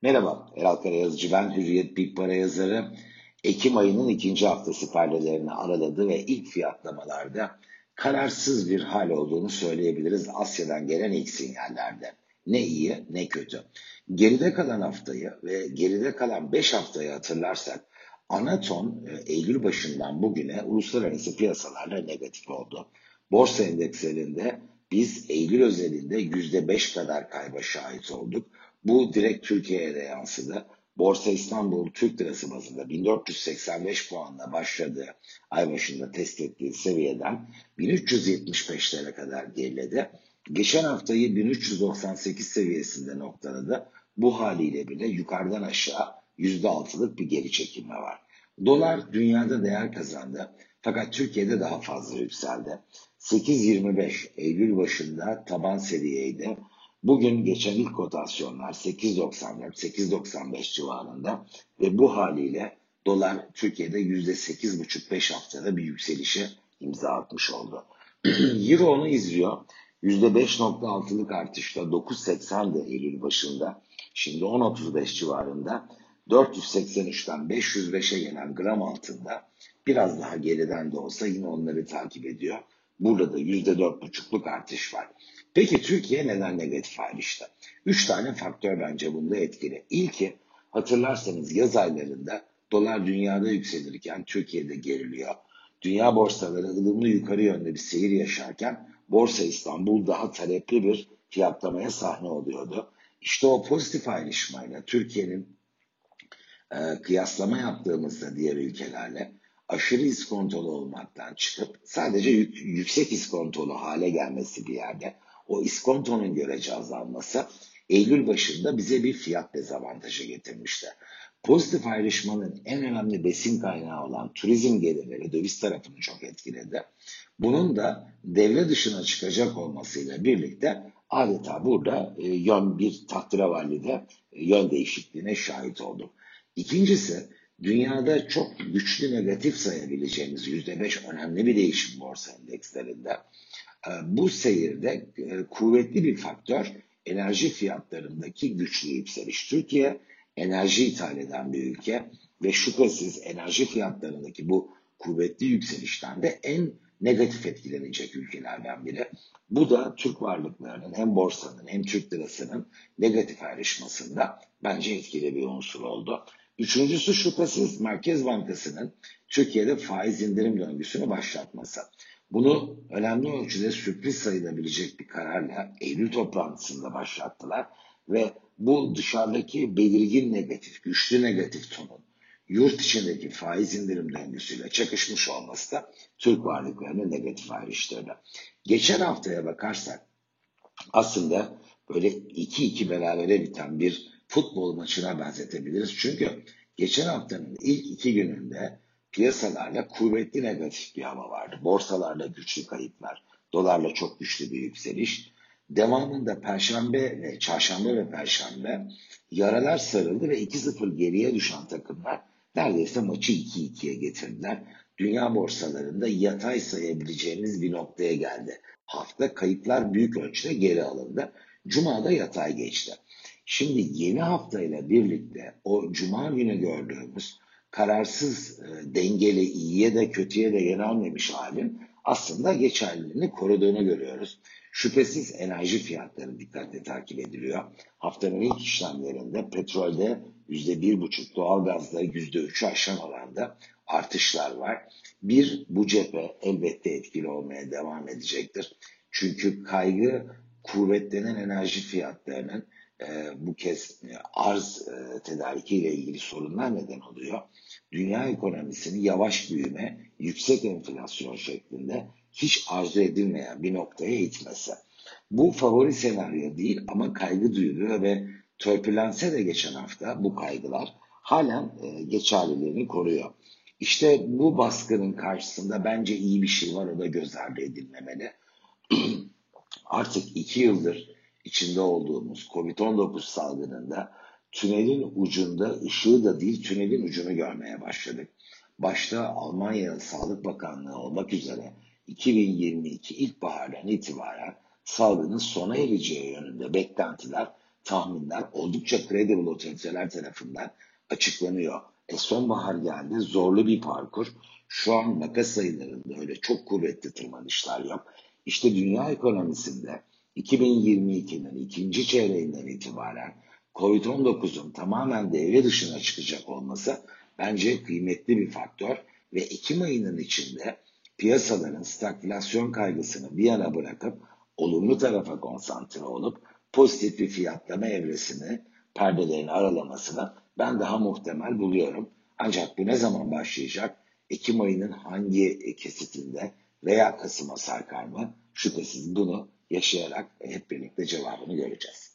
Merhaba, Eral Karayazıcı ben, Hürriyet Big Para yazarı. Ekim ayının ikinci haftası perdelerini araladı ve ilk fiyatlamalarda kararsız bir hal olduğunu söyleyebiliriz Asya'dan gelen ilk sinyallerde. Ne iyi ne kötü. Geride kalan haftayı ve geride kalan 5 haftayı hatırlarsak ana ton Eylül başından bugüne uluslararası piyasalarla negatif oldu. Borsa endekslerinde biz Eylül özelinde %5 kadar kayba şahit olduk. Bu direkt Türkiye'ye de yansıdı. Borsa İstanbul Türk Lirası bazında 1485 puanla başladığı ay başında test ettiği seviyeden 1375'lere kadar geriledi. Geçen haftayı 1398 seviyesinde noktaladı. Bu haliyle bile yukarıdan aşağı %6'lık bir geri çekilme var. Dolar dünyada değer kazandı fakat Türkiye'de daha fazla yükseldi. 8.25 Eylül başında taban seviyeydi. Bugün geçen ilk kotasyonlar 8.94-8.95 civarında ve bu haliyle dolar Türkiye'de %8,5-5 haftada bir yükselişe imza atmış oldu. Euro onu izliyor. %5,6'lık artışla 9.80'de Eylül başında. Şimdi 10.35 civarında. 483'ten 505'e gelen gram altında biraz daha geriden de olsa yine onları takip ediyor. Burada da %4,5'luk artış var. Peki Türkiye neden negatif ayrıştı? 3 tane faktör bence bunda etkili. İlki, hatırlarsanız yaz aylarında dolar dünyada yükselirken Türkiye'de geriliyor. Dünya borsaları ılımlı yukarı yönde bir seyir yaşarken Borsa İstanbul daha talepli bir fiyatlamaya sahne oluyordu. İşte o pozitif ayrışmayla Türkiye'nin kıyaslama yaptığımızda diğer ülkelerle aşırı iskontolu olmaktan çıkıp sadece yüksek iskontolu hale gelmesi bir yerde, o iskontonun görece azalması Eylül başında bize bir fiyat dezavantajı getirmişti. Pozitif ayrışmanın en önemli besin kaynağı olan turizm gelirleri döviz tarafını çok etkiledi. Bunun da devre dışına çıkacak olmasıyla birlikte adeta burada yön bir tahterevallide yön değişikliğine şahit olduk. İkincisi, dünyada çok güçlü negatif sayabileceğimiz %5 önemli bir değişim borsa endekslerinde. Bu seyirde kuvvetli bir faktör enerji fiyatlarındaki güçlü yükseliş. Türkiye enerji ithal eden bir ülke ve şüphesiz enerji fiyatlarındaki bu kuvvetli yükselişten de en negatif etkilenecek ülkelerden biri. Bu da Türk varlıklarının hem borsanın hem Türk lirasının negatif ayrışmasında bence etkili bir unsur oldu. Üçüncüsü şüphesiz Merkez Bankası'nın Türkiye'de faiz indirim döngüsünü başlatması. Bunu önemli ölçüde sürpriz sayılabilecek bir kararla Eylül toplantısında başlattılar ve bu dışarıdaki belirgin negatif, güçlü negatif tonun yurt içindeki faiz indirim döngüsüyle çakışmış olması da Türk varlıklarını negatif ayrıştırdı. Geçen haftaya bakarsak aslında böyle 2-2 berabere biten bir futbol maçına benzetebiliriz. Çünkü geçen haftanın ilk 2 gününde piyasalarla kuvvetli negatif bir hava vardı. Borsalarla güçlü kayıplar, dolarla çok güçlü bir yükseliş. Devamında çarşamba ve perşembe yaralar sarıldı ve 2-0 geriye düşen takımlar neredeyse maçı 2-2'ye getirdiler. Dünya borsalarında yatay sayabileceğimiz bir noktaya geldi. Hafta kayıplar büyük ölçüde geri alındı. Cuma'da yatay geçti. Şimdi yeni haftayla birlikte o Cuma günü gördüğümüz kararsız, dengeli, iyiye de kötüye de yönelmemiş halin aslında geçerliliğini koruduğunu görüyoruz. Şüphesiz enerji fiyatları dikkatle takip ediliyor. Haftanın ilk işlemlerinde petrolde %1,5, doğalgazda %3'ü aşan oranda artışlar var. Bu cephe elbette etkili olmaya devam edecektir. Çünkü kaygı kuvvetlenen enerji fiyatlarının bu kez arz tedariki ile ilgili sorunlar neden oluyor. Dünya ekonomisini yavaş büyüme, yüksek enflasyon şeklinde hiç arzu edilmeyen bir noktaya itmesi. Bu favori senaryo değil ama kaygı duyuluyor ve törpülense de geçen hafta bu kaygılar halen geçerliliğini koruyor. İşte bu baskının karşısında bence iyi bir şey var, o da göz ardı edilmemeli. Artık 2 yıldır içinde olduğumuz Covid-19 salgınında tünelin ucunda ışığı da değil tünelin ucunu görmeye başladık. Başta Almanya Sağlık Bakanlığı olmak üzere 2022 ilkbahardan itibaren salgının sona ereceği yönünde beklentiler tahminler oldukça credible otoriteler tarafından açıklanıyor. Sonbahar geldi, zorlu bir parkur. Şu an vaka sayılarında öyle çok kuvvetli tırmanışlar yok. İşte dünya ekonomisinde 2022'nin ikinci çeyreğinden itibaren COVID-19'un tamamen devre dışına çıkacak olması bence kıymetli bir faktör ve Ekim ayının içinde piyasaların stagflasyon kaygısını bir yana bırakıp olumlu tarafa konsantre olup pozitif bir fiyatlama evresini, perdelerini aralamasını ben daha muhtemel buluyorum. Ancak bu ne zaman başlayacak? Ekim ayının hangi kesitinde veya Kasım'a sarkar mı? Şüphesiz bunu yaşayarak hep birlikte cevabını göreceğiz.